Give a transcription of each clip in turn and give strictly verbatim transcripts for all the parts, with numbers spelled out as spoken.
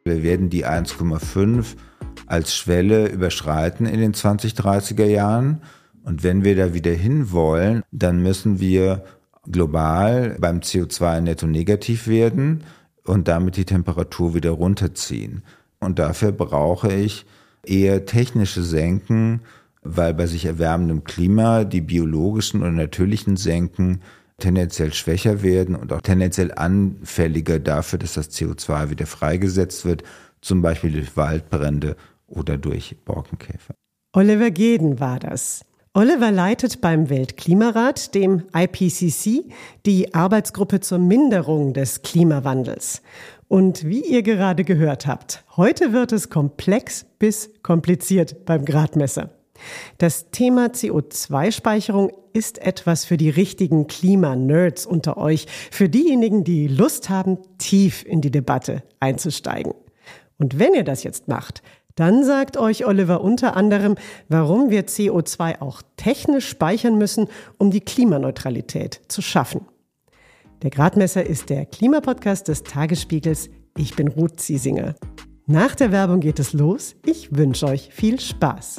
Wir werden die eins Komma fünf als Schwelle überschreiten in den zwanzig dreißiger Jahren. Und wenn wir da wieder hinwollen, dann müssen wir global beim C O zwei netto negativ werden und damit die Temperatur wieder runterziehen. Und dafür brauche ich eher technische Senken, weil bei sich erwärmendem Klima die biologischen und natürlichen Senken tendenziell schwächer werden und auch tendenziell anfälliger dafür, dass das C O zwei wieder freigesetzt wird, zum Beispiel durch Waldbrände oder durch Borkenkäfer. Oliver Geden war das. Oliver leitet beim Weltklimarat, dem I P C C, die Arbeitsgruppe zur Minderung des Klimawandels. Und wie ihr gerade gehört habt, heute wird es komplex bis kompliziert beim Gradmesser. Das Thema C O zwei Speicherung ist etwas für die richtigen Klimanerds unter euch, für diejenigen, die Lust haben, tief in die Debatte einzusteigen. Und wenn ihr das jetzt macht, dann sagt euch Oliver unter anderem, warum wir C O zwei auch technisch speichern müssen, um die Klimaneutralität zu schaffen. Der Gradmesser ist der Klimapodcast des Tagesspiegels. Ich bin Ruth Ziesinger. Nach der Werbung geht es los. Ich wünsche euch viel Spaß.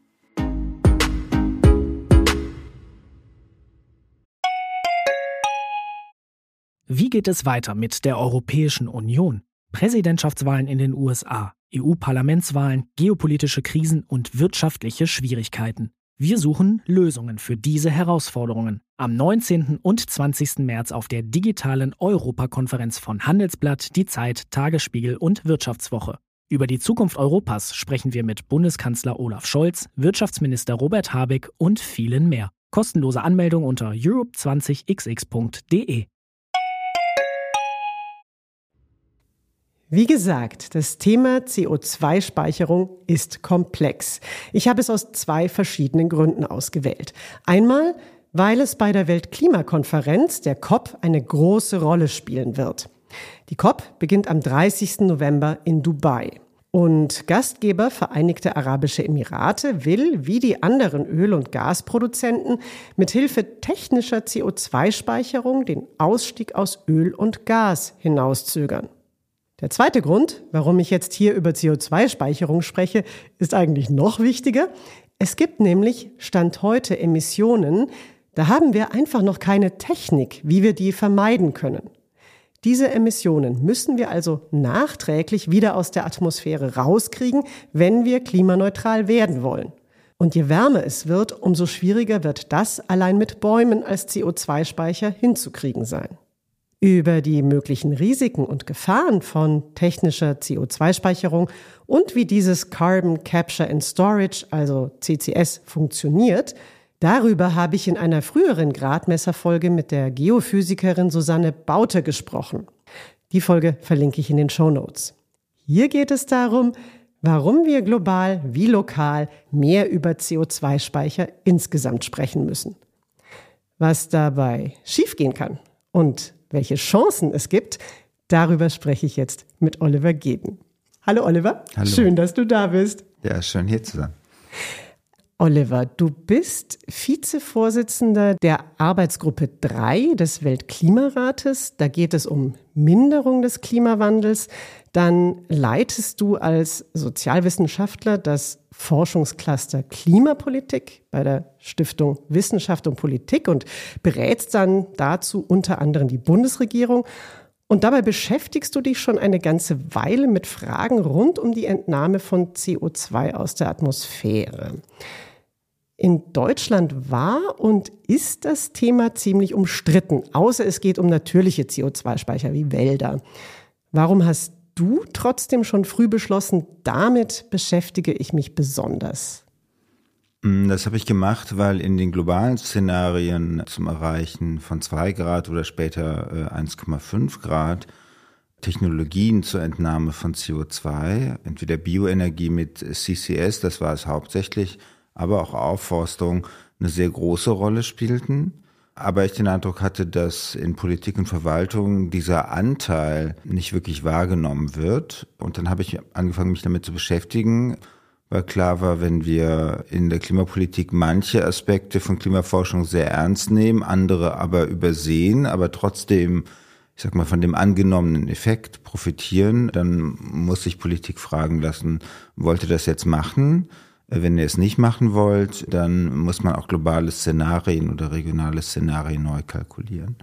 Wie geht es weiter mit der Europäischen Union? Präsidentschaftswahlen in den U S A, E U-Parlamentswahlen, geopolitische Krisen und wirtschaftliche Schwierigkeiten. Wir suchen Lösungen für diese Herausforderungen. Am neunzehnten und zwanzigsten März auf der digitalen Europakonferenz von Handelsblatt, Die Zeit, Tagesspiegel und Wirtschaftswoche. Über die Zukunft Europas sprechen wir mit Bundeskanzler Olaf Scholz, Wirtschaftsminister Robert Habeck und vielen mehr. Kostenlose Anmeldung unter europe zwanzig x x punkt d e. Wie gesagt, das Thema C O zwei Speicherung ist komplex. Ich habe es aus zwei verschiedenen Gründen ausgewählt. Einmal, weil es bei der Weltklimakonferenz, der C O P, eine große Rolle spielen wird. Die C O P beginnt am dreißigsten November in Dubai. Und Gastgeber Vereinigte Arabische Emirate will, wie die anderen Öl- und Gasproduzenten, mithilfe technischer C O zwei Speicherung den Ausstieg aus Öl und Gas hinauszögern. Der zweite Grund, warum ich jetzt hier über C O zwei Speicherung spreche, ist eigentlich noch wichtiger. Es gibt nämlich Stand heute Emissionen, da haben wir einfach noch keine Technik, wie wir die vermeiden können. Diese Emissionen müssen wir also nachträglich wieder aus der Atmosphäre rauskriegen, wenn wir klimaneutral werden wollen. Und je wärmer es wird, umso schwieriger wird das allein mit Bäumen als C O zwei Speicher hinzukriegen sein. Über die möglichen Risiken und Gefahren von technischer C O zwei Speicherung und wie dieses Carbon Capture and Storage, also C C S, funktioniert, darüber habe ich in einer früheren Gradmesserfolge mit der Geophysikerin Susanne Baute gesprochen. Die Folge verlinke ich in den Shownotes. Hier geht es darum, warum wir global wie lokal mehr über C O zwei Speicher insgesamt sprechen müssen. Was dabei schiefgehen kann und welche Chancen es gibt, darüber spreche ich jetzt mit Oliver Geden. Hallo Oliver, Hallo. Schön, dass du da bist. Ja, schön hier zu sein. Oliver, du bist Vizevorsitzender der Arbeitsgruppe drei des Weltklimarates. Da geht es um Minderung des Klimawandels. Dann leitest du als Sozialwissenschaftler das Forschungscluster Klimapolitik bei der Stiftung Wissenschaft und Politik und berätst dann dazu unter anderem die Bundesregierung. Und dabei beschäftigst du dich schon eine ganze Weile mit Fragen rund um die Entnahme von C O zwei aus der Atmosphäre. In Deutschland war und ist das Thema ziemlich umstritten, außer es geht um natürliche C O zwei Speicher wie Wälder. Warum hast du trotzdem schon früh beschlossen, damit beschäftige ich mich besonders? Das habe ich gemacht, weil in den globalen Szenarien zum Erreichen von zwei Grad oder später eins Komma fünf Grad Technologien zur Entnahme von C O zwei, entweder Bioenergie mit C C S, das war es hauptsächlich, aber auch Aufforstung eine sehr große Rolle spielten. Aber ich den Eindruck hatte, dass in Politik und Verwaltung dieser Anteil nicht wirklich wahrgenommen wird. Und dann habe ich angefangen, mich damit zu beschäftigen, weil klar war, wenn wir in der Klimapolitik manche Aspekte von Klimaforschung sehr ernst nehmen, andere aber übersehen, aber trotzdem ich sag mal, von dem angenommenen Effekt profitieren, dann muss sich Politik fragen lassen, wollt ihr das jetzt machen? Wenn ihr es nicht machen wollt, dann muss man auch globale Szenarien oder regionale Szenarien neu kalkulieren.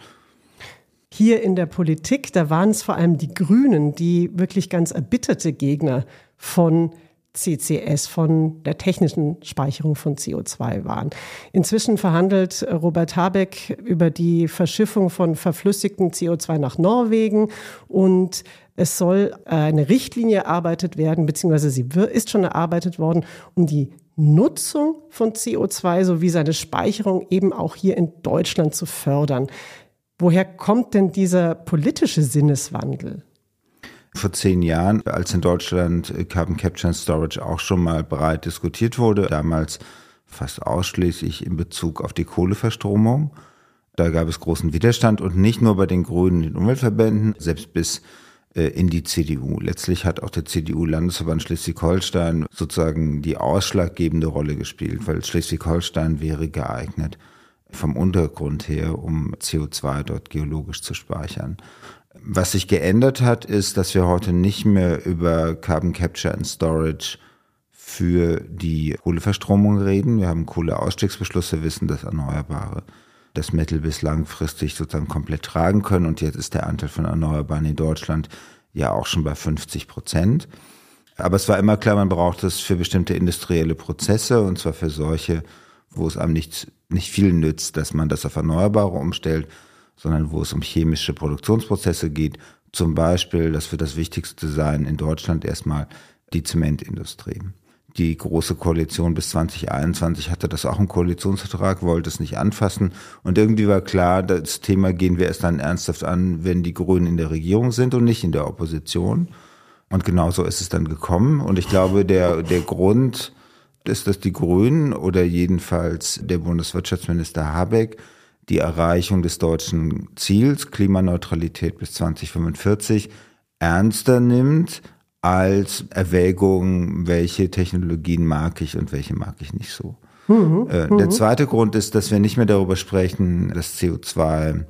Hier in der Politik, da waren es vor allem die Grünen, die wirklich ganz erbitterte Gegner von C C S, von der technischen Speicherung von C O zwei waren. Inzwischen verhandelt Robert Habeck über die Verschiffung von verflüssigtem C O zwei nach Norwegen und es soll eine Richtlinie erarbeitet werden, beziehungsweise sie ist schon erarbeitet worden, um die Nutzung von C O zwei sowie seine Speicherung eben auch hier in Deutschland zu fördern. Woher kommt denn dieser politische Sinneswandel? Vor zehn Jahren, als in Deutschland Carbon Capture and Storage auch schon mal breit diskutiert wurde, damals fast ausschließlich in Bezug auf die Kohleverstromung, da gab es großen Widerstand und nicht nur bei den Grünen, den Umweltverbänden, selbst bis äh, in die C D U. Letztlich hat auch der C D U-Landesverband Schleswig-Holstein sozusagen die ausschlaggebende Rolle gespielt, weil Schleswig-Holstein wäre geeignet vom Untergrund her, um C O zwei dort geologisch zu speichern. Was sich geändert hat, ist, dass wir heute nicht mehr über Carbon Capture and Storage für die Kohleverstromung reden. Wir haben Kohleausstiegsbeschlüsse, wissen, dass Erneuerbare das mittel- bis langfristig sozusagen komplett tragen können. Und jetzt ist der Anteil von Erneuerbaren in Deutschland ja auch schon bei fünfzig Prozent. Aber es war immer klar, man braucht es für bestimmte industrielle Prozesse, und zwar für solche, wo es einem nicht, nicht viel nützt, dass man das auf Erneuerbare umstellt, sondern wo es um chemische Produktionsprozesse geht. Zum Beispiel, das wird das Wichtigste sein in Deutschland erstmal, die Zementindustrie. Die Große Koalition bis zwanzig einundzwanzig hatte das auch im Koalitionsvertrag, wollte es nicht anfassen. Und irgendwie war klar, das Thema gehen wir erst dann ernsthaft an, wenn die Grünen in der Regierung sind und nicht in der Opposition. Und genauso ist es dann gekommen. Und ich glaube, der, der Grund ist, dass die Grünen oder jedenfalls der Bundeswirtschaftsminister Habeck die Erreichung des deutschen Ziels, Klimaneutralität bis zwanzig fünfundvierzig, ernster nimmt als Erwägung, welche Technologien mag ich und welche mag ich nicht so. Mhm, äh, der mhm. zweite Grund ist, dass wir nicht mehr darüber sprechen, das C O zwei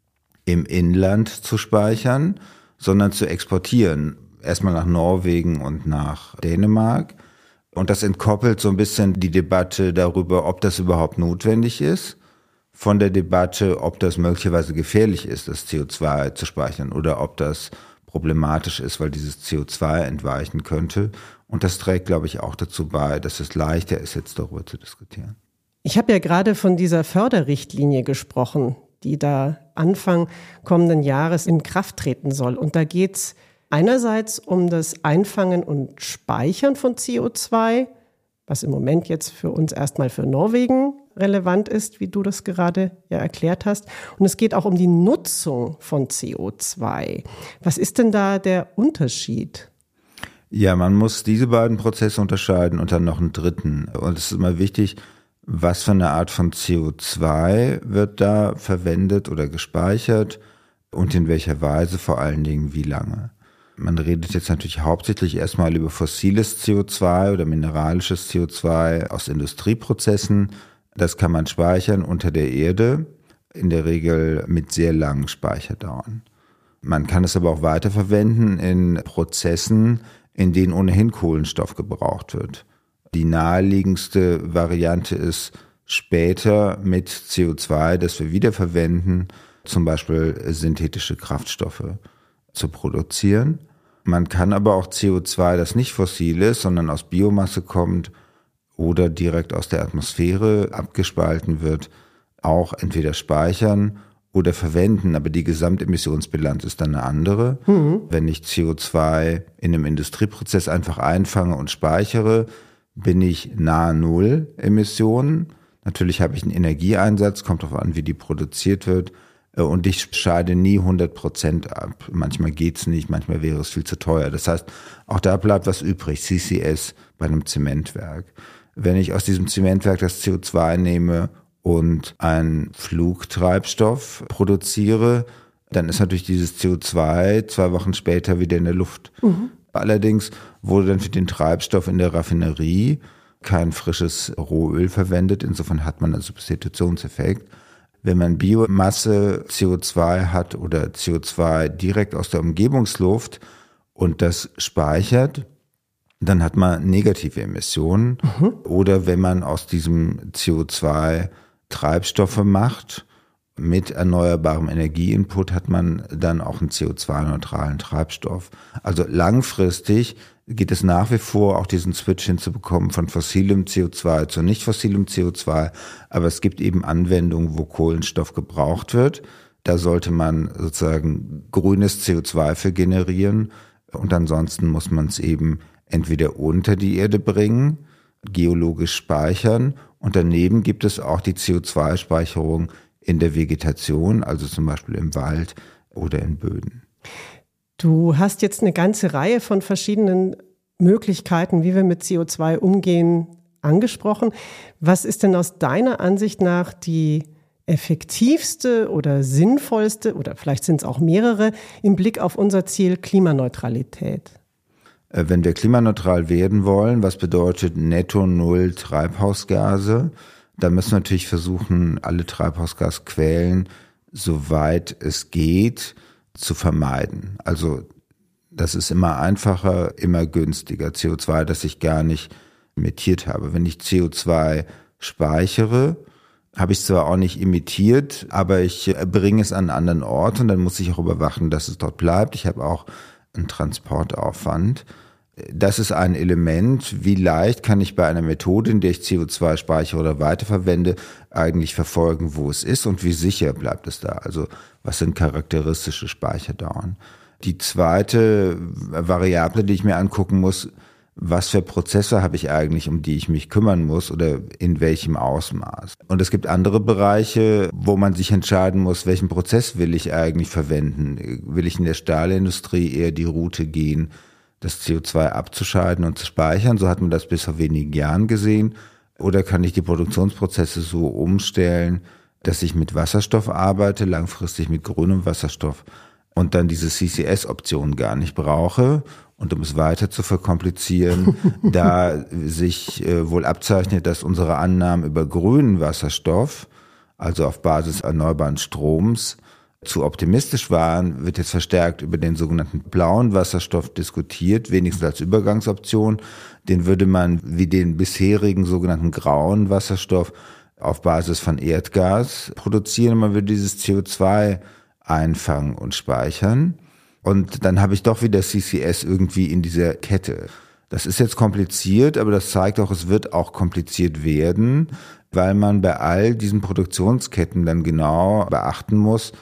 im Inland zu speichern, sondern zu exportieren. Erstmal nach Norwegen und nach Dänemark. Und das entkoppelt so ein bisschen die Debatte darüber, ob das überhaupt notwendig ist, von der Debatte, ob das möglicherweise gefährlich ist, das C O zwei zu speichern oder ob das problematisch ist, weil dieses C O zwei entweichen könnte. Und das trägt, glaube ich, auch dazu bei, dass es leichter ist, jetzt darüber zu diskutieren. Ich habe ja gerade von dieser Förderrichtlinie gesprochen, die da Anfang kommenden Jahres in Kraft treten soll. Und da geht es einerseits um das Einfangen und Speichern von C O zwei, was im Moment jetzt für uns erstmal für Norwegen relevant ist, wie du das gerade ja erklärt hast. Und es geht auch um die Nutzung von C O zwei. Was ist denn da der Unterschied? Ja, man muss diese beiden Prozesse unterscheiden und dann noch einen dritten. Und es ist immer wichtig, was für eine Art von C O zwei wird da verwendet oder gespeichert und in welcher Weise, vor allen Dingen wie lange. Man redet jetzt natürlich hauptsächlich erstmal über fossiles C O zwei oder mineralisches C O zwei aus Industrieprozessen. Das kann man speichern unter der Erde, in der Regel mit sehr langen Speicherdauern. Man kann es aber auch weiterverwenden in Prozessen, in denen ohnehin Kohlenstoff gebraucht wird. Die naheliegendste Variante ist später mit C O zwei, das wir wiederverwenden, zum Beispiel synthetische Kraftstoffe zu produzieren. Man kann aber auch C O zwei, das nicht fossil ist, sondern aus Biomasse kommt oder direkt aus der Atmosphäre abgespalten wird, auch entweder speichern oder verwenden. Aber die Gesamtemissionsbilanz ist dann eine andere. Mhm. Wenn ich C O zwei in einem Industrieprozess einfach einfange und speichere, bin ich nahe Null Emissionen. Natürlich habe ich einen Energieeinsatz, kommt darauf an, wie die produziert wird. Und ich scheide nie hundert Prozent ab. Manchmal geht's nicht, manchmal wäre es viel zu teuer. Das heißt, auch da bleibt was übrig, C C S bei einem Zementwerk. Wenn ich aus diesem Zementwerk das C O zwei nehme und einen Flugtreibstoff produziere, dann ist natürlich dieses C O zwei zwei Wochen später wieder in der Luft. Mhm. Allerdings wurde dann für den Treibstoff in der Raffinerie kein frisches Rohöl verwendet. Insofern hat man einen Substitutionseffekt. wenn man Biomasse C O zwei hat oder C O zwei direkt aus der Umgebungsluft und das speichert, dann hat man negative Emissionen. Mhm. Oder wenn man aus diesem C O zwei Treibstoffe macht, mit erneuerbarem Energieinput hat man dann auch einen C O zwei neutralen Treibstoff. Also langfristig geht es nach wie vor, auch diesen Switch hinzubekommen von fossilem C O zwei zu nicht fossilem C O zwei. Aber es gibt eben Anwendungen, wo Kohlenstoff gebraucht wird. Da sollte man sozusagen grünes C O zwei für generieren. Und ansonsten muss man es eben entweder unter die Erde bringen, geologisch speichern. Und daneben gibt es auch die C O zwei Speicherung in der Vegetation, also zum Beispiel im Wald oder in Böden. Du hast jetzt eine ganze Reihe von verschiedenen Möglichkeiten, wie wir mit C O zwei umgehen, angesprochen. Was ist denn aus deiner Ansicht nach die effektivste oder sinnvollste, oder vielleicht sind es auch mehrere, im Blick auf unser Ziel Klimaneutralität? Wenn wir klimaneutral werden wollen, was bedeutet netto null Treibhausgase, dann müssen wir natürlich versuchen, alle Treibhausgasquellen, soweit es geht, zu vermeiden. Also das ist immer einfacher, immer günstiger. C O zwei, das ich gar nicht emittiert habe. Wenn ich C O zwei speichere, habe ich es zwar auch nicht emittiert, aber ich bringe es an einen anderen Ort und dann muss ich auch überwachen, dass es dort bleibt. Ich habe auch einen Transportaufwand. Das ist ein Element, wie leicht kann ich bei einer Methode, in der ich C O zwei speichere oder weiterverwende, eigentlich verfolgen, wo es ist und wie sicher bleibt es da. Also was sind charakteristische Speicherdauern. Die zweite Variable, die ich mir angucken muss, was für Prozesse habe ich eigentlich, um die ich mich kümmern muss oder in welchem Ausmaß. Und es gibt andere Bereiche, wo man sich entscheiden muss, welchen Prozess will ich eigentlich verwenden. Will ich in der Stahlindustrie eher die Route gehen, das C O zwei abzuscheiden und zu speichern? So hat man das bis vor wenigen Jahren gesehen. Oder kann ich die Produktionsprozesse so umstellen, dass ich mit Wasserstoff arbeite, langfristig mit grünem Wasserstoff und dann diese C C S-Option gar nicht brauche? Und um es weiter zu verkomplizieren, da sich äh, wohl abzeichnet, dass unsere Annahmen über grünen Wasserstoff, also auf Basis erneuerbaren Stroms, zu optimistisch waren, wird jetzt verstärkt über den sogenannten blauen Wasserstoff diskutiert, wenigstens als Übergangsoption. Den würde man wie den bisherigen sogenannten grauen Wasserstoff auf Basis von Erdgas produzieren. Man würde dieses C O zwei einfangen und speichern. Und dann habe ich doch wieder C C S irgendwie in dieser Kette. Das ist jetzt kompliziert, aber das zeigt auch, es wird auch kompliziert werden, weil man bei all diesen Produktionsketten dann genau beachten muss,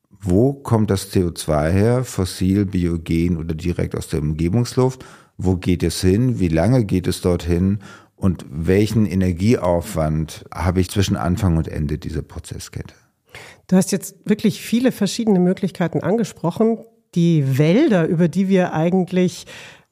wo kommt das C O zwei her, fossil, biogen oder direkt aus der Umgebungsluft? Wo geht es hin? Wie lange geht es dorthin? Und welchen Energieaufwand habe ich zwischen Anfang und Ende dieser Prozesskette? Du hast jetzt wirklich viele verschiedene Möglichkeiten angesprochen. Die Wälder, über die wir eigentlich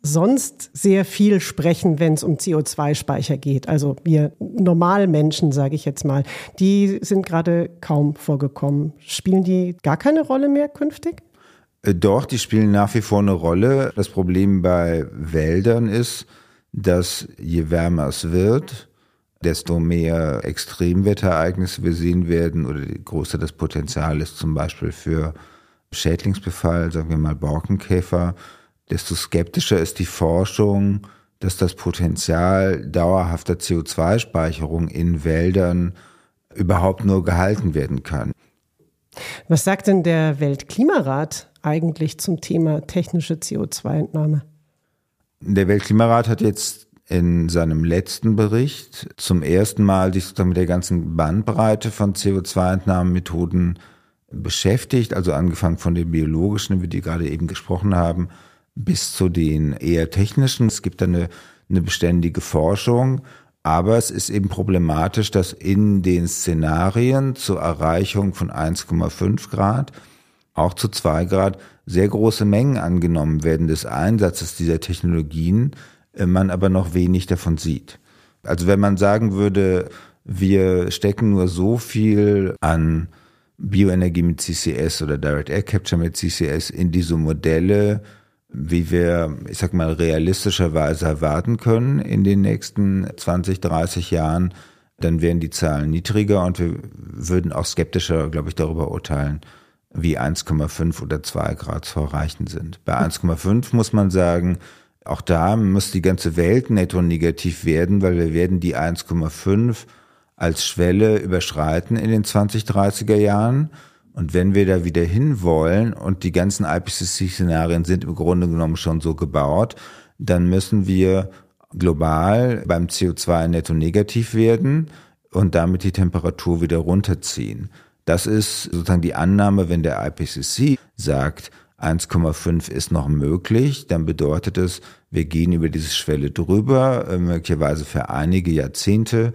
sonst sehr viel sprechen, wenn es um C O zwei Speicher geht. Also wir Normalmenschen, sage ich jetzt mal, die sind gerade kaum vorgekommen. Spielen die gar keine Rolle mehr künftig? Doch, die spielen nach wie vor eine Rolle. Das Problem bei Wäldern ist, dass je wärmer es wird, desto mehr Extremwetterereignisse wir sehen werden oder je größer das Potenzial ist zum Beispiel für Schädlingsbefall, sagen wir mal Borkenkäfer, desto skeptischer ist die Forschung, dass das Potenzial dauerhafter C O zwei Speicherung in Wäldern überhaupt nur gehalten werden kann. Was sagt denn der Weltklimarat eigentlich zum Thema technische C O zwei Entnahme? Der Weltklimarat hat jetzt in seinem letzten Bericht zum ersten Mal sich sozusagen mit der ganzen Bandbreite von C O zwei Entnahmemethoden beschäftigt, also angefangen von den biologischen, über die gerade eben gesprochen haben, bis zu den eher technischen. Es gibt da eine, eine beständige Forschung, aber es ist eben problematisch, dass in den Szenarien zur Erreichung von eins Komma fünf Grad, auch zu zwei Grad, sehr große Mengen angenommen werden des Einsatzes dieser Technologien, man aber noch wenig davon sieht. Also wenn man sagen würde, wir stecken nur so viel an Bioenergie mit C C S oder Direct Air Capture mit C C S in diese Modelle, wie wir, ich sag mal, realistischerweise erwarten können in den nächsten zwanzig, dreißig Jahren, dann wären die Zahlen niedriger und wir würden auch skeptischer, glaube ich, darüber urteilen, wie eins Komma fünf oder zwei Grad zu erreichen sind. Bei eins Komma fünf muss man sagen, auch da muss die ganze Welt netto negativ werden, weil wir werden die eins Komma fünf als Schwelle überschreiten in den zwanzig dreißiger Jahren. Und wenn wir da wieder hinwollen und die ganzen I P C C-Szenarien sind im Grunde genommen schon so gebaut, dann müssen wir global beim C O zwei netto negativ werden und damit die Temperatur wieder runterziehen. Das ist sozusagen die Annahme, wenn der I P C C sagt, eins Komma fünf ist noch möglich, dann bedeutet es, wir gehen über diese Schwelle drüber, möglicherweise für einige Jahrzehnte,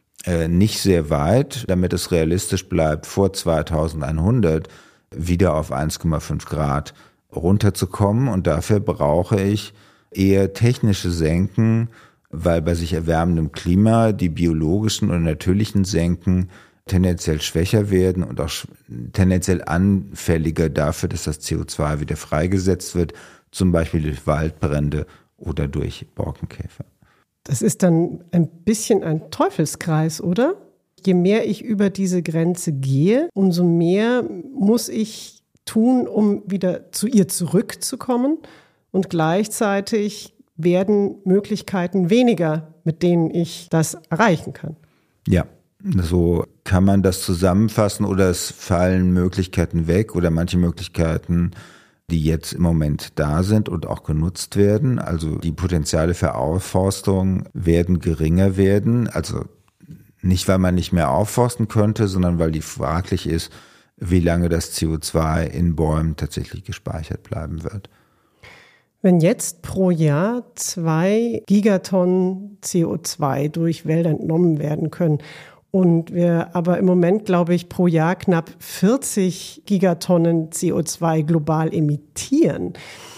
nicht sehr weit, damit es realistisch bleibt, vor zweitausendeinhundert wieder auf eins Komma fünf Grad runterzukommen. Und dafür brauche ich eher technische Senken, weil bei sich erwärmendem Klima die biologischen und natürlichen Senken tendenziell schwächer werden und auch tendenziell anfälliger dafür, dass das C O zwei wieder freigesetzt wird, zum Beispiel durch Waldbrände oder durch Borkenkäfer. Das ist dann ein bisschen ein Teufelskreis, oder? Je mehr ich über diese Grenze gehe, umso mehr muss ich tun, um wieder zu ihr zurückzukommen. Und gleichzeitig werden Möglichkeiten weniger, mit denen ich das erreichen kann. Ja, so kann man das zusammenfassen, oder es fallen Möglichkeiten weg oder manche Möglichkeiten, die jetzt im Moment da sind und auch genutzt werden. Also die Potenziale für Aufforstung werden geringer werden. Also nicht, weil man nicht mehr aufforsten könnte, sondern weil die fraglich ist, wie lange das C O zwei in Bäumen tatsächlich gespeichert bleiben wird. Wenn jetzt pro Jahr zwei Gigatonnen C O zwei durch Wälder entnommen werden können und wir aber im Moment, glaube ich, pro Jahr knapp vierzig Gigatonnen C O zwei global emittieren,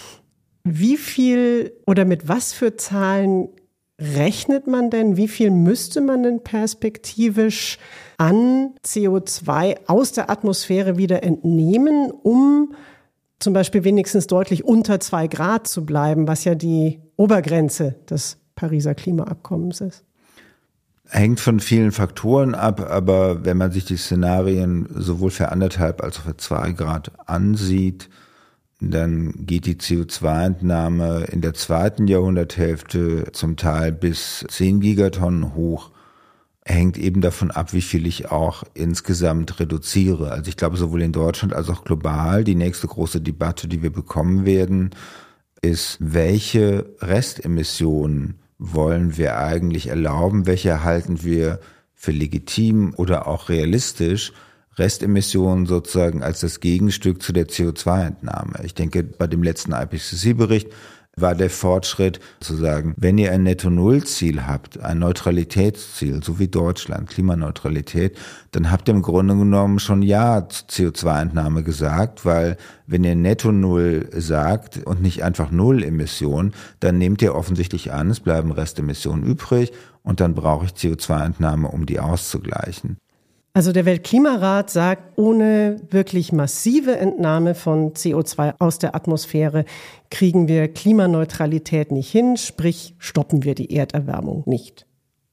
wie viel oder mit was für Zahlen rechnet man denn? Wie viel müsste man denn perspektivisch an C O zwei aus der Atmosphäre wieder entnehmen, um zum Beispiel wenigstens deutlich unter zwei Grad zu bleiben, was ja die Obergrenze des Pariser Klimaabkommens ist? Hängt von vielen Faktoren ab, aber wenn man sich die Szenarien sowohl für anderthalb als auch für zwei Grad ansieht, dann geht die C O zwei Entnahme in der zweiten Jahrhunderthälfte zum Teil bis zehn Gigatonnen hoch. Hängt eben davon ab, wie viel ich auch insgesamt reduziere. Also ich glaube, sowohl in Deutschland als auch global, die nächste große Debatte, die wir bekommen werden, ist, welche Restemissionen wollen wir eigentlich erlauben? Welche halten wir für legitim oder auch realistisch? Restemissionen sozusagen als das Gegenstück zu der C O zwei Entnahme. Ich denke, bei dem letzten I P C C-Bericht war der Fortschritt zu sagen, wenn ihr ein Netto-Null-Ziel habt, ein Neutralitätsziel, so wie Deutschland, Klimaneutralität, dann habt ihr im Grunde genommen schon Ja zur C O zwei Entnahme gesagt, weil wenn ihr Netto-Null sagt und nicht einfach Null-Emissionen, dann nehmt ihr offensichtlich an, es bleiben Restemissionen übrig und dann brauche ich C O zwei Entnahme, um die auszugleichen. Also der Weltklimarat sagt, ohne wirklich massive Entnahme von C O zwei aus der Atmosphäre kriegen wir Klimaneutralität nicht hin, sprich stoppen wir die Erderwärmung nicht.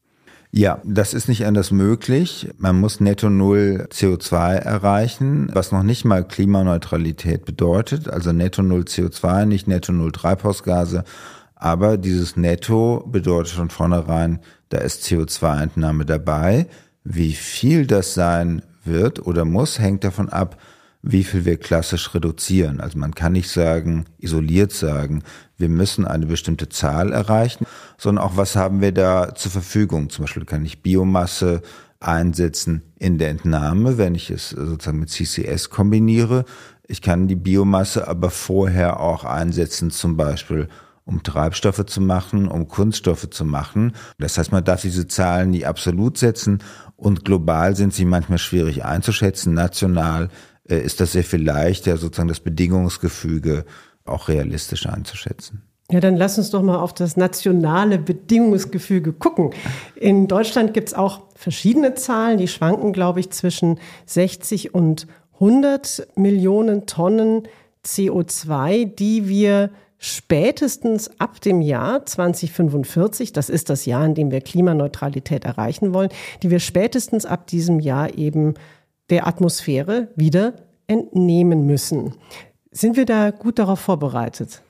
Ja, das ist nicht anders möglich. Man muss netto null C O zwei erreichen, was noch nicht mal Klimaneutralität bedeutet, also netto null C O zwei, nicht netto null Treibhausgase. Aber dieses Netto bedeutet von vornherein, da ist C O zwei Entnahme dabei. Wie viel das sein wird oder muss, hängt davon ab, wie viel wir klassisch reduzieren. Also man kann nicht sagen, isoliert sagen, wir müssen eine bestimmte Zahl erreichen, sondern auch, was haben wir da zur Verfügung. Zum Beispiel kann ich Biomasse einsetzen in der Entnahme, wenn ich es sozusagen mit C C S kombiniere. Ich kann die Biomasse aber vorher auch einsetzen, zum Beispiel um Treibstoffe zu machen, um Kunststoffe zu machen. Das heißt, man darf diese Zahlen nie absolut setzen und global sind sie manchmal schwierig einzuschätzen. National äh, ist das sehr viel leichter, sozusagen das Bedingungsgefüge auch realistisch einzuschätzen. Ja, dann lass uns doch mal auf das nationale Bedingungsgefüge gucken. In Deutschland gibt es auch verschiedene Zahlen, die schwanken, glaube ich, zwischen sechzig und hundert Millionen Tonnen C O zwei, die wir spätestens ab dem Jahr zweitausendfünfundvierzig, das ist das Jahr, in dem wir Klimaneutralität erreichen wollen, die wir spätestens ab diesem Jahr eben der Atmosphäre wieder entnehmen müssen. Sind wir da gut darauf vorbereitet?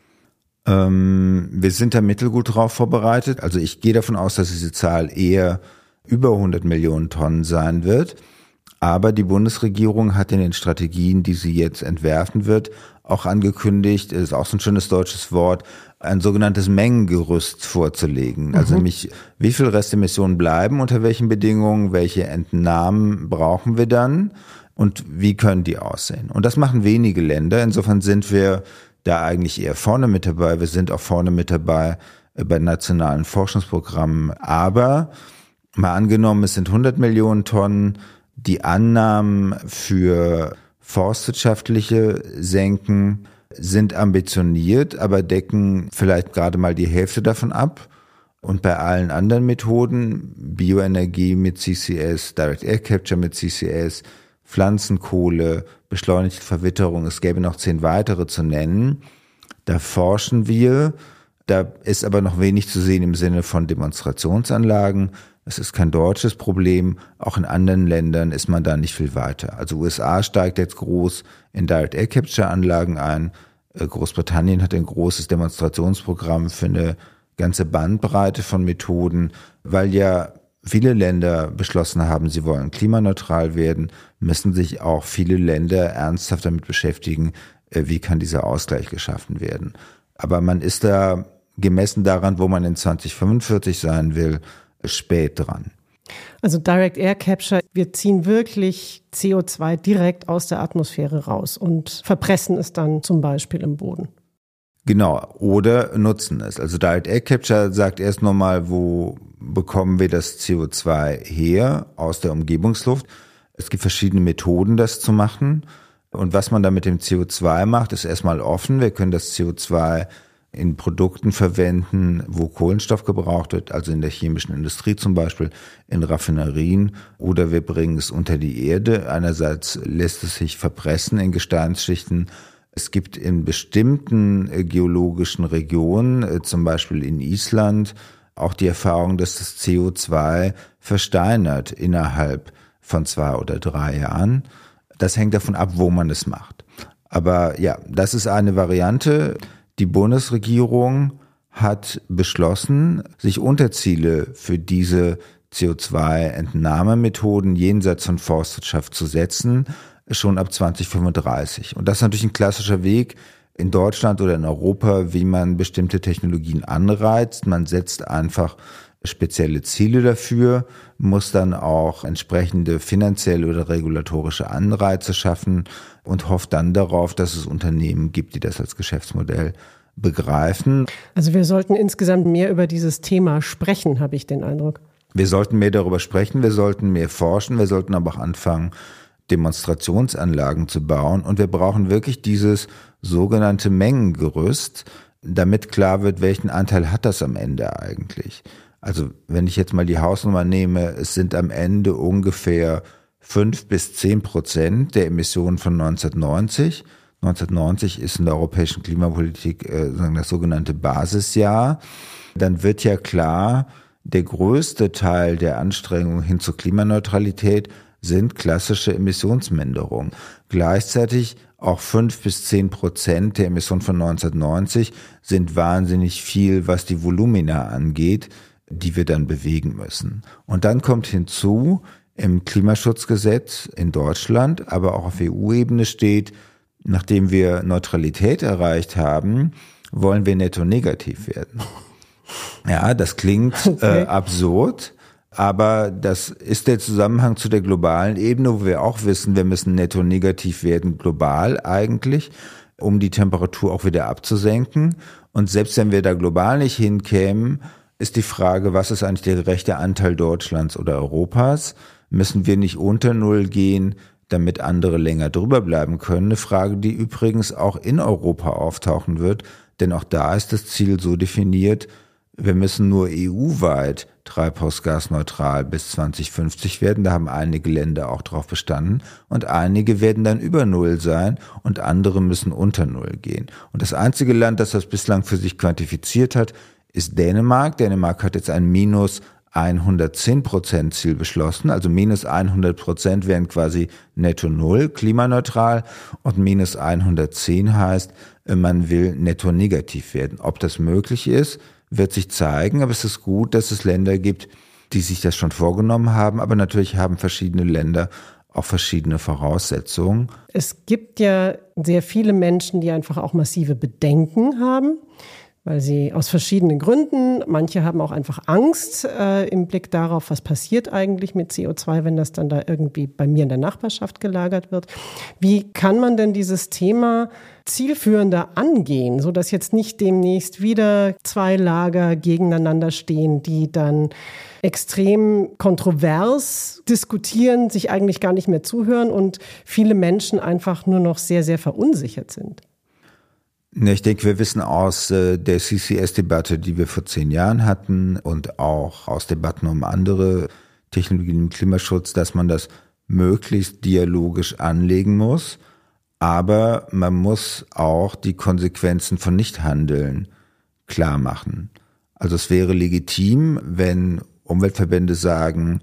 Ähm, wir sind da mittelgut darauf vorbereitet. Also ich gehe davon aus, dass diese Zahl eher über hundert Millionen Tonnen sein wird. Aber die Bundesregierung hat in den Strategien, die sie jetzt entwerfen wird, auch angekündigt, ist auch so ein schönes deutsches Wort, ein sogenanntes Mengengerüst vorzulegen. Mhm. Also nämlich, wie viel Restemissionen bleiben, unter welchen Bedingungen, welche Entnahmen brauchen wir dann und wie können die aussehen. Und das machen wenige Länder. Insofern sind wir da eigentlich eher vorne mit dabei. Wir sind auch vorne mit dabei bei nationalen Forschungsprogrammen. Aber mal angenommen, es sind hundert Millionen Tonnen, die Annahmen für forstwirtschaftliche Senken sind ambitioniert, aber decken vielleicht gerade mal die Hälfte davon ab. Und bei allen anderen Methoden, Bioenergie mit C C S, Direct Air Capture mit C C S, Pflanzenkohle, beschleunigte Verwitterung, es gäbe noch zehn weitere zu nennen, da forschen wir. Da ist aber noch wenig zu sehen im Sinne von Demonstrationsanlagen. Es ist kein deutsches Problem. Auch in anderen Ländern ist man da nicht viel weiter. Also U S A steigt jetzt groß in Direct Air Capture Anlagen ein. Großbritannien hat ein großes Demonstrationsprogramm für eine ganze Bandbreite von Methoden, weil ja viele Länder beschlossen haben, sie wollen klimaneutral werden, müssen sich auch viele Länder ernsthaft damit beschäftigen, wie kann dieser Ausgleich geschaffen werden. Aber man ist da gemessen daran, wo man in zweitausendfünfundvierzig sein will, spät dran. Also Direct Air Capture, wir ziehen wirklich C O zwei direkt aus der Atmosphäre raus und verpressen es dann zum Beispiel im Boden. Genau, oder nutzen es. Also Direct Air Capture sagt erst nochmal, wo bekommen wir das C O zwei her aus der Umgebungsluft. Es gibt verschiedene Methoden, das zu machen. Und was man da mit dem C O zwei macht, ist erstmal offen. Wir können das C O zwei in Produkten verwenden, wo Kohlenstoff gebraucht wird, also in der chemischen Industrie zum Beispiel, in Raffinerien, oder wir bringen es unter die Erde. Einerseits lässt es sich verpressen in Gesteinsschichten. Es gibt in bestimmten geologischen Regionen, zum Beispiel in Island, auch die Erfahrung, dass das C O zwei versteinert innerhalb von zwei oder drei Jahren. Das hängt davon ab, wo man es macht. Aber ja, das ist eine Variante. Die Bundesregierung hat beschlossen, sich Unterziele für diese C O zwei Entnahmemethoden jenseits von Forstwirtschaft zu setzen, schon ab zweitausendfünfunddreißig. Und das ist natürlich ein klassischer Weg in Deutschland oder in Europa, wie man bestimmte Technologien anreizt. Man setzt einfach spezielle Ziele dafür, muss dann auch entsprechende finanzielle oder regulatorische Anreize schaffen und hofft dann darauf, dass es Unternehmen gibt, die das als Geschäftsmodell begreifen. Also wir sollten insgesamt mehr über dieses Thema sprechen, habe ich den Eindruck. Wir sollten mehr darüber sprechen, wir sollten mehr forschen, wir sollten aber auch anfangen, Demonstrationsanlagen zu bauen. Und wir brauchen wirklich dieses sogenannte Mengengerüst, damit klar wird, welchen Anteil hat das am Ende eigentlich. Also wenn ich jetzt mal die Hausnummer nehme, es sind am Ende ungefähr fünf bis zehn Prozent der Emissionen von neunzehnhundertneunzig. neunzehnhundertneunzig ist in der europäischen Klimapolitik äh, das sogenannte Basisjahr. Dann wird ja klar, der größte Teil der Anstrengungen hin zur Klimaneutralität sind klassische Emissionsminderungen. Gleichzeitig auch fünf bis zehn Prozent der Emissionen von neunzehnhundertneunzig sind wahnsinnig viel, was die Volumina angeht, die wir dann bewegen müssen. Und dann kommt hinzu, im Klimaschutzgesetz in Deutschland, aber auch auf E U-Ebene steht, nachdem wir Neutralität erreicht haben, wollen wir netto negativ werden. Ja, das klingt okay. äh, absurd, aber das ist der Zusammenhang zu der globalen Ebene, wo wir auch wissen, wir müssen netto negativ werden, global eigentlich, um die Temperatur auch wieder abzusenken. Und selbst wenn wir da global nicht hinkämen, ist die Frage, was ist eigentlich der gerechte Anteil Deutschlands oder Europas? Müssen wir nicht unter Null gehen, damit andere länger drüber bleiben können? Eine Frage, die übrigens auch in Europa auftauchen wird, denn auch da ist das Ziel so definiert, Wir müssen nur E U-weit treibhausgasneutral bis zwanzig fünfzig werden. Da haben einige Länder auch drauf bestanden. Und einige werden dann über Null sein und andere müssen unter Null gehen. Und das einzige Land, das das bislang für sich quantifiziert hat, ist Dänemark. Dänemark hat jetzt ein minus hundertzehn Prozent Ziel beschlossen. Also minus hundert Prozent wären quasi netto Null, klimaneutral. Und minus hundertzehn heißt, man will netto negativ werden. Ob das möglich ist, wird sich zeigen, aber es ist gut, dass es Länder gibt, die sich das schon vorgenommen haben, aber natürlich haben verschiedene Länder auch verschiedene Voraussetzungen. Es gibt ja sehr viele Menschen, die einfach auch massive Bedenken haben, weil sie aus verschiedenen Gründen, manche haben auch einfach Angst äh, im Blick darauf, was passiert eigentlich mit C O zwei, wenn das dann da irgendwie bei mir in der Nachbarschaft gelagert wird. Wie kann man denn dieses Thema zielführender angehen, sodass jetzt nicht demnächst wieder zwei Lager gegeneinander stehen, die dann extrem kontrovers diskutieren, sich eigentlich gar nicht mehr zuhören und viele Menschen einfach nur noch sehr, sehr verunsichert sind? Ich denke, wir wissen aus der C C S-Debatte, die wir vor zehn Jahren hatten und auch aus Debatten um andere Technologien im Klimaschutz, dass man das möglichst dialogisch anlegen muss. Aber man muss auch die Konsequenzen von Nichthandeln klar machen. Also es wäre legitim, wenn Umweltverbände sagen,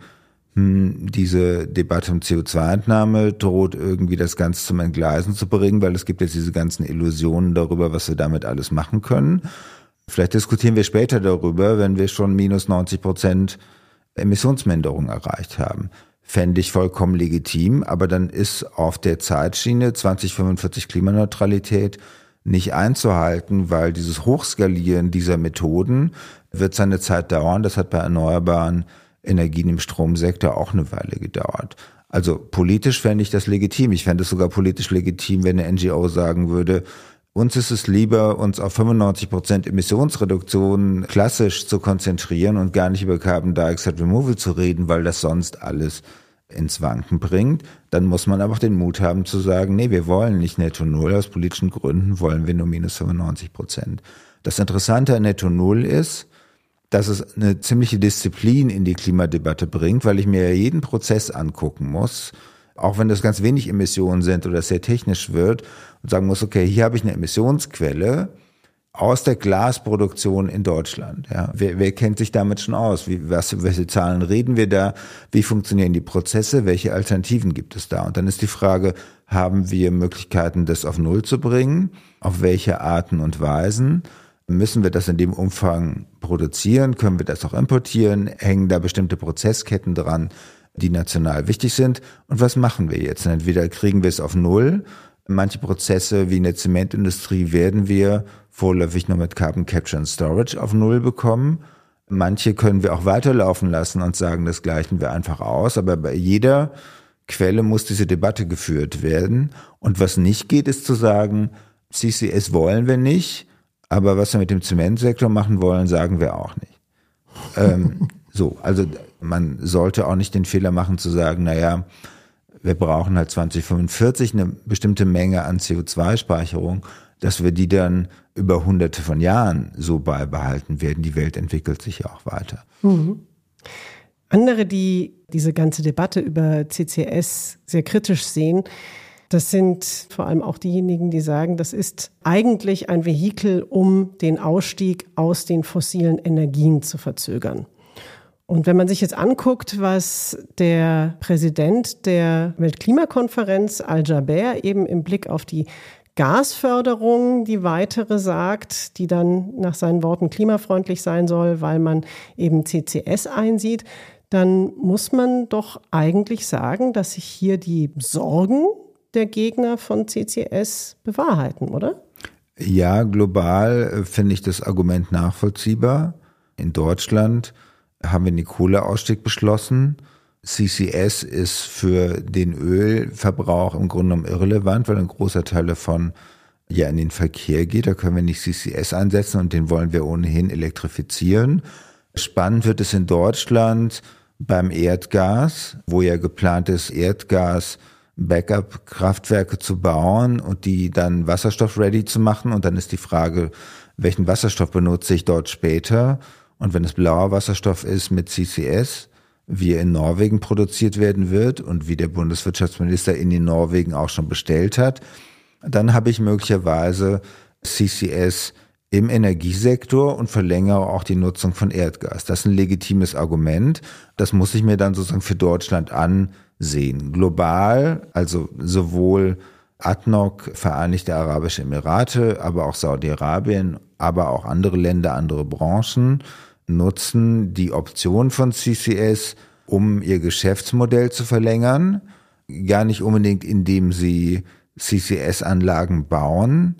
hm, diese Debatte um C O zwei Entnahme droht irgendwie das Ganze zum Entgleisen zu bringen, weil es gibt jetzt diese ganzen Illusionen darüber, was wir damit alles machen können. Vielleicht diskutieren wir später darüber, wenn wir schon minus neunzig Prozent Emissionsminderung erreicht haben. Fände ich vollkommen legitim, aber dann ist auf der Zeitschiene zwanzig fünfundvierzig Klimaneutralität nicht einzuhalten, weil dieses Hochskalieren dieser Methoden wird seine Zeit dauern. Das hat bei erneuerbaren Energien im Stromsektor auch eine Weile gedauert. Also politisch fände ich das legitim. Ich fände es sogar politisch legitim, wenn eine N G O sagen würde, uns ist es lieber, uns auf fünfundneunzig Prozent Emissionsreduktion klassisch zu konzentrieren und gar nicht über Carbon Dioxide Removal zu reden, weil das sonst alles ins Wanken bringt. Dann muss man aber auch den Mut haben zu sagen, nee, wir wollen nicht netto Null, aus politischen Gründen wollen wir nur minus fünfundneunzig Prozent. Das Interessante an netto Null ist, dass es eine ziemliche Disziplin in die Klimadebatte bringt, weil ich mir ja jeden Prozess angucken muss, auch wenn das ganz wenig Emissionen sind oder sehr technisch wird, und sagen muss, okay, hier habe ich eine Emissionsquelle aus der Glasproduktion in Deutschland. Ja, wer, wer kennt sich damit schon aus? Wie, was, welche Zahlen reden wir da? Wie funktionieren die Prozesse? Welche Alternativen gibt es da? Und dann ist die Frage, haben wir Möglichkeiten, das auf Null zu bringen? Auf welche Arten und Weisen? Müssen wir das in dem Umfang produzieren? Können wir das auch importieren? Hängen da bestimmte Prozessketten dran, die national wichtig sind? Und was machen wir jetzt? Entweder kriegen wir es auf Null. Manche Prozesse wie in der Zementindustrie werden wir vorläufig nur mit Carbon Capture and Storage auf Null bekommen. Manche können wir auch weiterlaufen lassen und sagen, das gleichen wir einfach aus. Aber bei jeder Quelle muss diese Debatte geführt werden. Und was nicht geht, ist zu sagen, C C S wollen wir nicht, aber was wir mit dem Zementsektor machen wollen, sagen wir auch nicht. ähm, so, also man sollte auch nicht den Fehler machen zu sagen, naja, wir brauchen halt zwanzig fünfundvierzig eine bestimmte Menge an C O zwei Speicherung, dass wir die dann über hunderte von Jahren so beibehalten werden. Die Welt entwickelt sich ja auch weiter. Mhm. Andere, die diese ganze Debatte über C C S sehr kritisch sehen, das sind vor allem auch diejenigen, die sagen, das ist eigentlich ein Vehikel, um den Ausstieg aus den fossilen Energien zu verzögern. Und wenn man sich jetzt anguckt, was der Präsident der Weltklimakonferenz Al-Jaber eben im Blick auf die Gasförderung, die weitere sagt, die dann nach seinen Worten klimafreundlich sein soll, weil man eben C C S einsieht, dann muss man doch eigentlich sagen, dass sich hier die Sorgen der Gegner von C C S bewahrheiten, oder? Ja, global finde ich das Argument nachvollziehbar. In Deutschland haben wir den Kohleausstieg beschlossen. C C S ist für den Ölverbrauch im Grunde genommen irrelevant, weil ein großer Teil davon ja in den Verkehr geht. Da können wir nicht C C S einsetzen und den wollen wir ohnehin elektrifizieren. Spannend wird es in Deutschland beim Erdgas, wo ja geplant ist, Erdgas Backup-Kraftwerke zu bauen und die dann wasserstoff-ready zu machen. Und dann ist die Frage, welchen Wasserstoff benutze ich dort später? Und wenn es blauer Wasserstoff ist mit C C S, wie er in Norwegen produziert werden wird und wie der Bundeswirtschaftsminister ihn in Norwegen auch schon bestellt hat, dann habe ich möglicherweise C C S im Energiesektor und verlängere auch die Nutzung von Erdgas. Das ist ein legitimes Argument. Das muss ich mir dann sozusagen für Deutschland ansehen. Global, also sowohl A D N O C, Vereinigte Arabische Emirate, aber auch Saudi-Arabien, aber auch andere Länder, andere Branchen nutzen die Option von C C S, um ihr Geschäftsmodell zu verlängern. Gar nicht unbedingt, indem sie C C S-Anlagen bauen,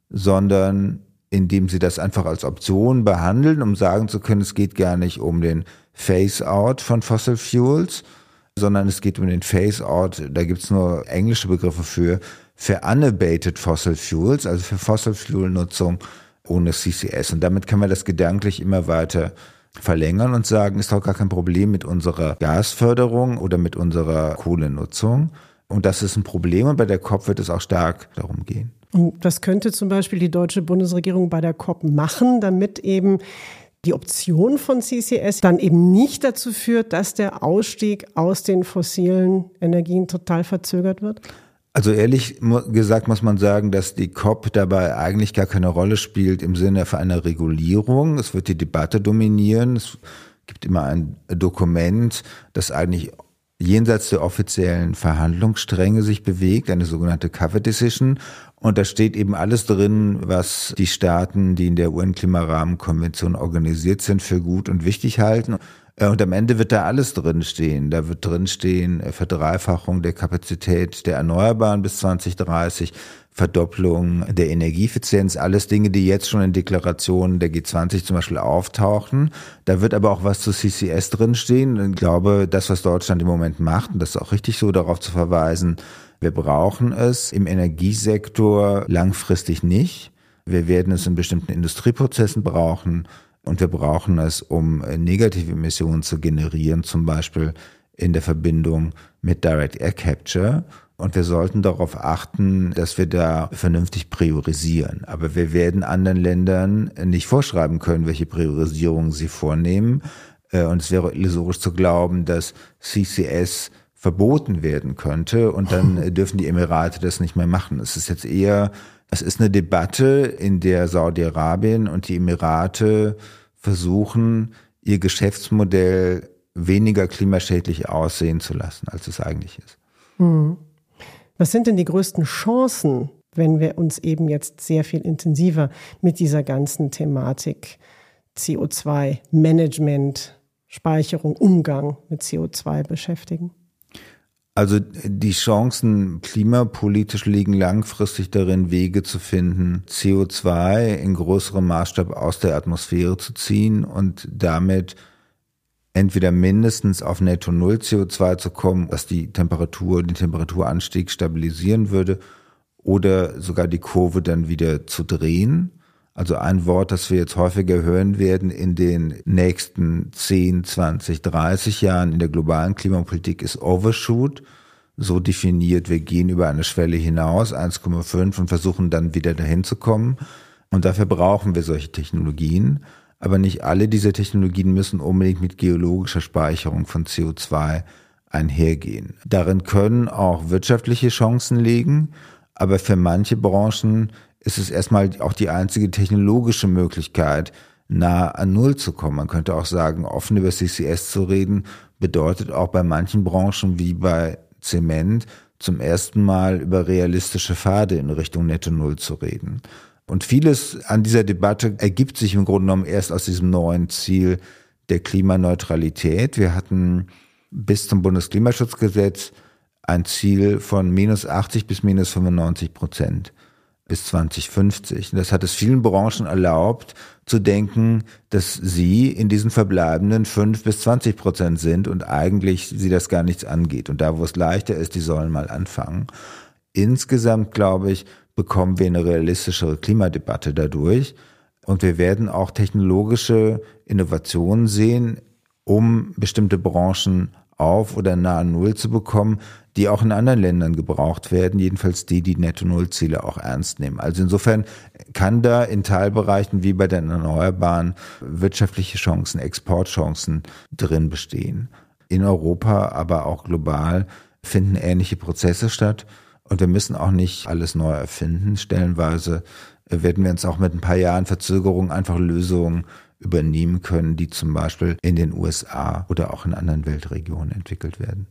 sondern indem sie das einfach als Option behandeln, um sagen zu können, es geht gar nicht um den Phase-out von Fossil Fuels, sondern es geht um den Phase-out, da gibt's nur englische Begriffe für, für unabated Fossil Fuels, also für Fossil Fuel-Nutzung ohne C C S. Und damit können wir das gedanklich immer weiter verlängern und sagen, ist doch gar kein Problem mit unserer Gasförderung oder mit unserer Kohlenutzung. Und das ist ein Problem und bei der C O P wird es auch stark darum gehen. Und das könnte zum Beispiel die deutsche Bundesregierung bei der C O P machen, damit eben die Option von C C S dann eben nicht dazu führt, dass der Ausstieg aus den fossilen Energien total verzögert wird? Also ehrlich gesagt muss man sagen, dass die C O P dabei eigentlich gar keine Rolle spielt im Sinne einer Regulierung. Es wird die Debatte dominieren. Es gibt immer ein Dokument, das eigentlich jenseits der offiziellen Verhandlungsstränge sich bewegt, eine sogenannte Cover Decision. Und da steht eben alles drin, was die Staaten, die in der U N-Klimarahmenkonvention organisiert sind, für gut und wichtig halten. Und am Ende wird da alles drinstehen. Da wird drinstehen Verdreifachung der Kapazität der Erneuerbaren bis zwanzig dreißig, Verdopplung der Energieeffizienz, alles Dinge, die jetzt schon in Deklarationen der G zwanzig zum Beispiel auftauchen. Da wird aber auch was zu C C S drinstehen. Und ich glaube, das, was Deutschland im Moment macht, und das ist auch richtig so, darauf zu verweisen, wir brauchen es im Energiesektor langfristig nicht. Wir werden es in bestimmten Industrieprozessen brauchen. Und wir brauchen es, um negative Emissionen zu generieren, zum Beispiel in der Verbindung mit Direct Air Capture. Und wir sollten darauf achten, dass wir da vernünftig priorisieren. Aber wir werden anderen Ländern nicht vorschreiben können, welche Priorisierungen sie vornehmen. Und es wäre illusorisch zu glauben, dass C C S verboten werden könnte und dann dürfen die Emirate das nicht mehr machen. Es ist jetzt eher, es ist eine Debatte, in der Saudi-Arabien und die Emirate versuchen, ihr Geschäftsmodell weniger klimaschädlich aussehen zu lassen, als es eigentlich ist. Hm. Was sind denn die größten Chancen, wenn wir uns eben jetzt sehr viel intensiver mit dieser ganzen Thematik C O zwei Management, Speicherung, Umgang mit C O zwei beschäftigen? Also die Chancen klimapolitisch liegen langfristig darin, Wege zu finden, C O zwei in größerem Maßstab aus der Atmosphäre zu ziehen und damit entweder mindestens auf Netto Null C O zwei zu kommen, was die Temperatur, den Temperaturanstieg stabilisieren würde, oder sogar die Kurve dann wieder zu drehen. Also ein Wort, das wir jetzt häufiger hören werden in den nächsten zehn, zwanzig, dreißig Jahren in der globalen Klimapolitik ist Overshoot. So definiert, wir gehen über eine Schwelle hinaus, eins Komma fünf, und versuchen dann wieder dahin zu kommen. Und dafür brauchen wir solche Technologien. Aber nicht alle diese Technologien müssen unbedingt mit geologischer Speicherung von C O zwei einhergehen. Darin können auch wirtschaftliche Chancen liegen, aber für manche Branchen ist es erstmal auch die einzige technologische Möglichkeit, nah an Null zu kommen. Man könnte auch sagen, offen über C C S zu reden, bedeutet auch bei manchen Branchen wie bei Zement zum ersten Mal über realistische Pfade in Richtung Netto Null zu reden. Und vieles an dieser Debatte ergibt sich im Grunde genommen erst aus diesem neuen Ziel der Klimaneutralität. Wir hatten bis zum Bundesklimaschutzgesetz ein Ziel von minus achtzig bis minus fünfundneunzig Prozent bis zwanzig fünfzig. Und das hat es vielen Branchen erlaubt, zu denken, dass sie in diesen verbleibenden fünf bis zwanzig Prozent sind und eigentlich sie das gar nichts angeht. Und da, wo es leichter ist, die sollen mal anfangen. Insgesamt, glaube ich, bekommen wir eine realistischere Klimadebatte dadurch. Und wir werden auch technologische Innovationen sehen, um bestimmte Branchen auf oder nahe Null zu bekommen, die auch in anderen Ländern gebraucht werden, jedenfalls die, die Netto-Null-Ziele auch ernst nehmen. Also insofern kann da in Teilbereichen wie bei den Erneuerbaren wirtschaftliche Chancen, Exportchancen drin bestehen. In Europa, aber auch global finden ähnliche Prozesse statt und wir müssen auch nicht alles neu erfinden. Stellenweise werden wir uns auch mit ein paar Jahren Verzögerung einfach Lösungen übernehmen können, die zum Beispiel in den U S A oder auch in anderen Weltregionen entwickelt werden.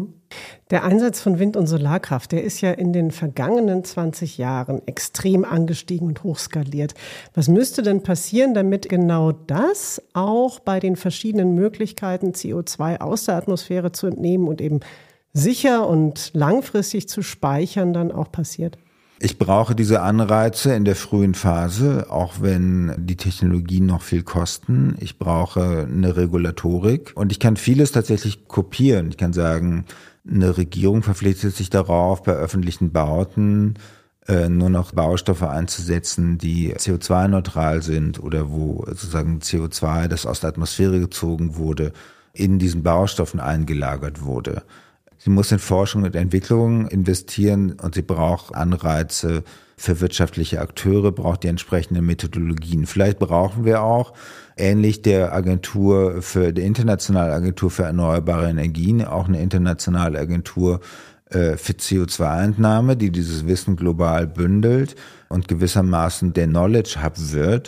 Der Einsatz von Wind- und Solarkraft, der ist ja in den vergangenen zwanzig Jahren extrem angestiegen und hochskaliert. Was müsste denn passieren, damit genau das auch bei den verschiedenen Möglichkeiten, C O zwei aus der Atmosphäre zu entnehmen und eben sicher und langfristig zu speichern, dann auch passiert? Ich brauche diese Anreize in der frühen Phase, auch wenn die Technologien noch viel kosten. Ich brauche eine Regulatorik und ich kann vieles tatsächlich kopieren. Ich kann sagen, eine Regierung verpflichtet sich darauf, bei öffentlichen Bauten äh, nur noch Baustoffe einzusetzen, die C O zwei neutral sind oder wo sozusagen C O zwei, das aus der Atmosphäre gezogen wurde, in diesen Baustoffen eingelagert wurde. Sie muss in Forschung und Entwicklung investieren und sie braucht Anreize für wirtschaftliche Akteure, braucht die entsprechenden Methodologien. Vielleicht brauchen wir auch, ähnlich der Agentur für, der Internationalen Agentur für Erneuerbare Energien, auch eine internationale Agentur äh, für C O zwei Entnahme, die dieses Wissen global bündelt und gewissermaßen der Knowledge Hub wird.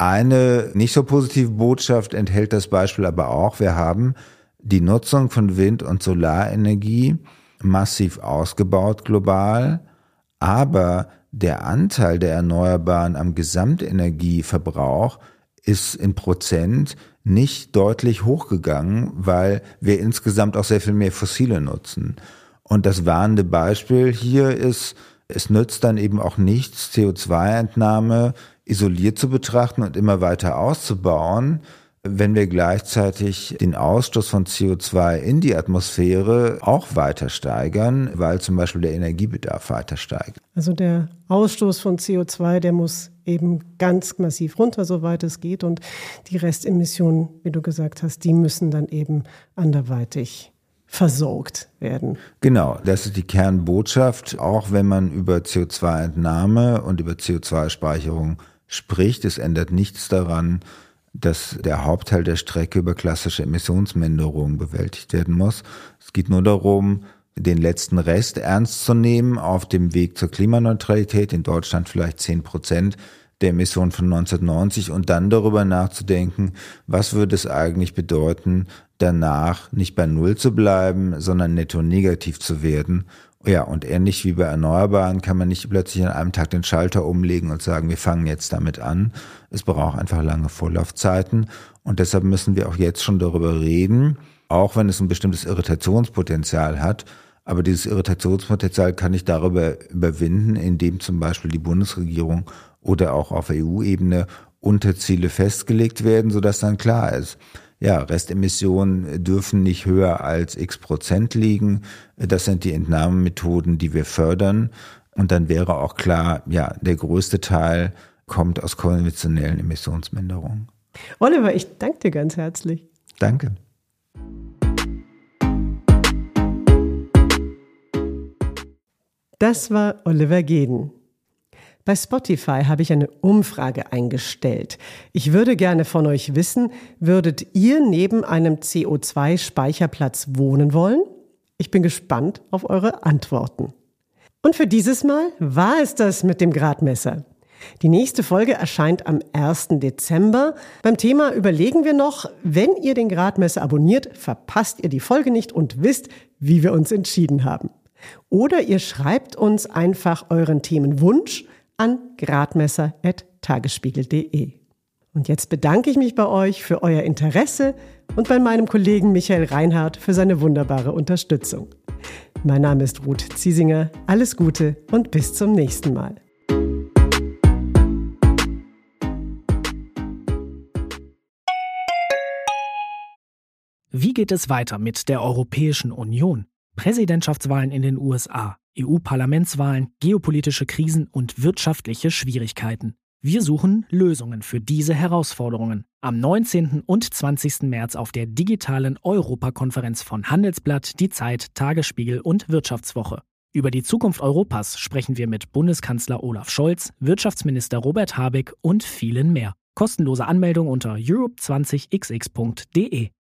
Eine nicht so positive Botschaft enthält das Beispiel aber auch. Wir haben die Nutzung von Wind- und Solarenergie massiv ausgebaut global, aber der Anteil der Erneuerbaren am Gesamtenergieverbrauch ist in Prozent nicht deutlich hochgegangen, weil wir insgesamt auch sehr viel mehr Fossile nutzen. Und das warnende Beispiel hier ist, es nützt dann eben auch nichts, C O zwei Entnahme isoliert zu betrachten und immer weiter auszubauen, wenn wir gleichzeitig den Ausstoß von C O zwei in die Atmosphäre auch weiter steigern, weil zum Beispiel der Energiebedarf weiter steigt. Also der Ausstoß von C O zwei, der muss eben ganz massiv runter, soweit es geht. Und die Restemissionen, wie du gesagt hast, die müssen dann eben anderweitig versorgt werden. Genau, das ist die Kernbotschaft. Auch wenn man über C O zwei Entnahme und über C O zwei Speicherung spricht, es ändert nichts daran, dass der Hauptteil der Strecke über klassische Emissionsminderung bewältigt werden muss. Es geht nur darum, den letzten Rest ernst zu nehmen auf dem Weg zur Klimaneutralität, in Deutschland vielleicht zehn Prozent der Emissionen von neunzehnhundertneunzig und dann darüber nachzudenken, was würde es eigentlich bedeuten, danach nicht bei Null zu bleiben, sondern netto negativ zu werden. Ja, und ähnlich wie bei Erneuerbaren kann man nicht plötzlich an einem Tag den Schalter umlegen und sagen, wir fangen jetzt damit an. Es braucht einfach lange Vorlaufzeiten und deshalb müssen wir auch jetzt schon darüber reden, auch wenn es ein bestimmtes Irritationspotenzial hat. Aber dieses Irritationspotenzial kann ich darüber überwinden, indem zum Beispiel die Bundesregierung oder auch auf E U-Ebene Unterziele festgelegt werden, sodass dann klar ist, ja, Restemissionen dürfen nicht höher als x Prozent liegen. Das sind die Entnahmemethoden, die wir fördern. Und dann wäre auch klar, ja, der größte Teil kommt aus konventionellen Emissionsminderungen. Oliver, ich danke dir ganz herzlich. Danke. Das war Oliver Geden. Bei Spotify habe ich eine Umfrage eingestellt. Ich würde gerne von euch wissen, würdet ihr neben einem C O zwei Speicherplatz wohnen wollen? Ich bin gespannt auf eure Antworten. Und für dieses Mal war es das mit dem Gradmesser. Die nächste Folge erscheint am ersten Dezember. Beim Thema überlegen wir noch, wenn ihr den Gradmesser abonniert, verpasst ihr die Folge nicht und wisst, wie wir uns entschieden haben. Oder ihr schreibt uns einfach euren Themenwunsch an gradmesser at tagesspiegel punkt de. Und jetzt bedanke ich mich bei euch für euer Interesse und bei meinem Kollegen Michael Reinhardt für seine wunderbare Unterstützung. Mein Name ist Ruth Ziesinger. Alles Gute und bis zum nächsten Mal. Wie geht es weiter mit der Europäischen Union? Präsidentschaftswahlen in den U S A, E U-Parlamentswahlen, geopolitische Krisen und wirtschaftliche Schwierigkeiten. Wir suchen Lösungen für diese Herausforderungen. Am neunzehnten und zwanzigsten März auf der digitalen Europakonferenz von Handelsblatt, Die Zeit, Tagesspiegel und Wirtschaftswoche. Über die Zukunft Europas sprechen wir mit Bundeskanzler Olaf Scholz, Wirtschaftsminister Robert Habeck und vielen mehr. Kostenlose Anmeldung unter europe zwanzig x x punkt de.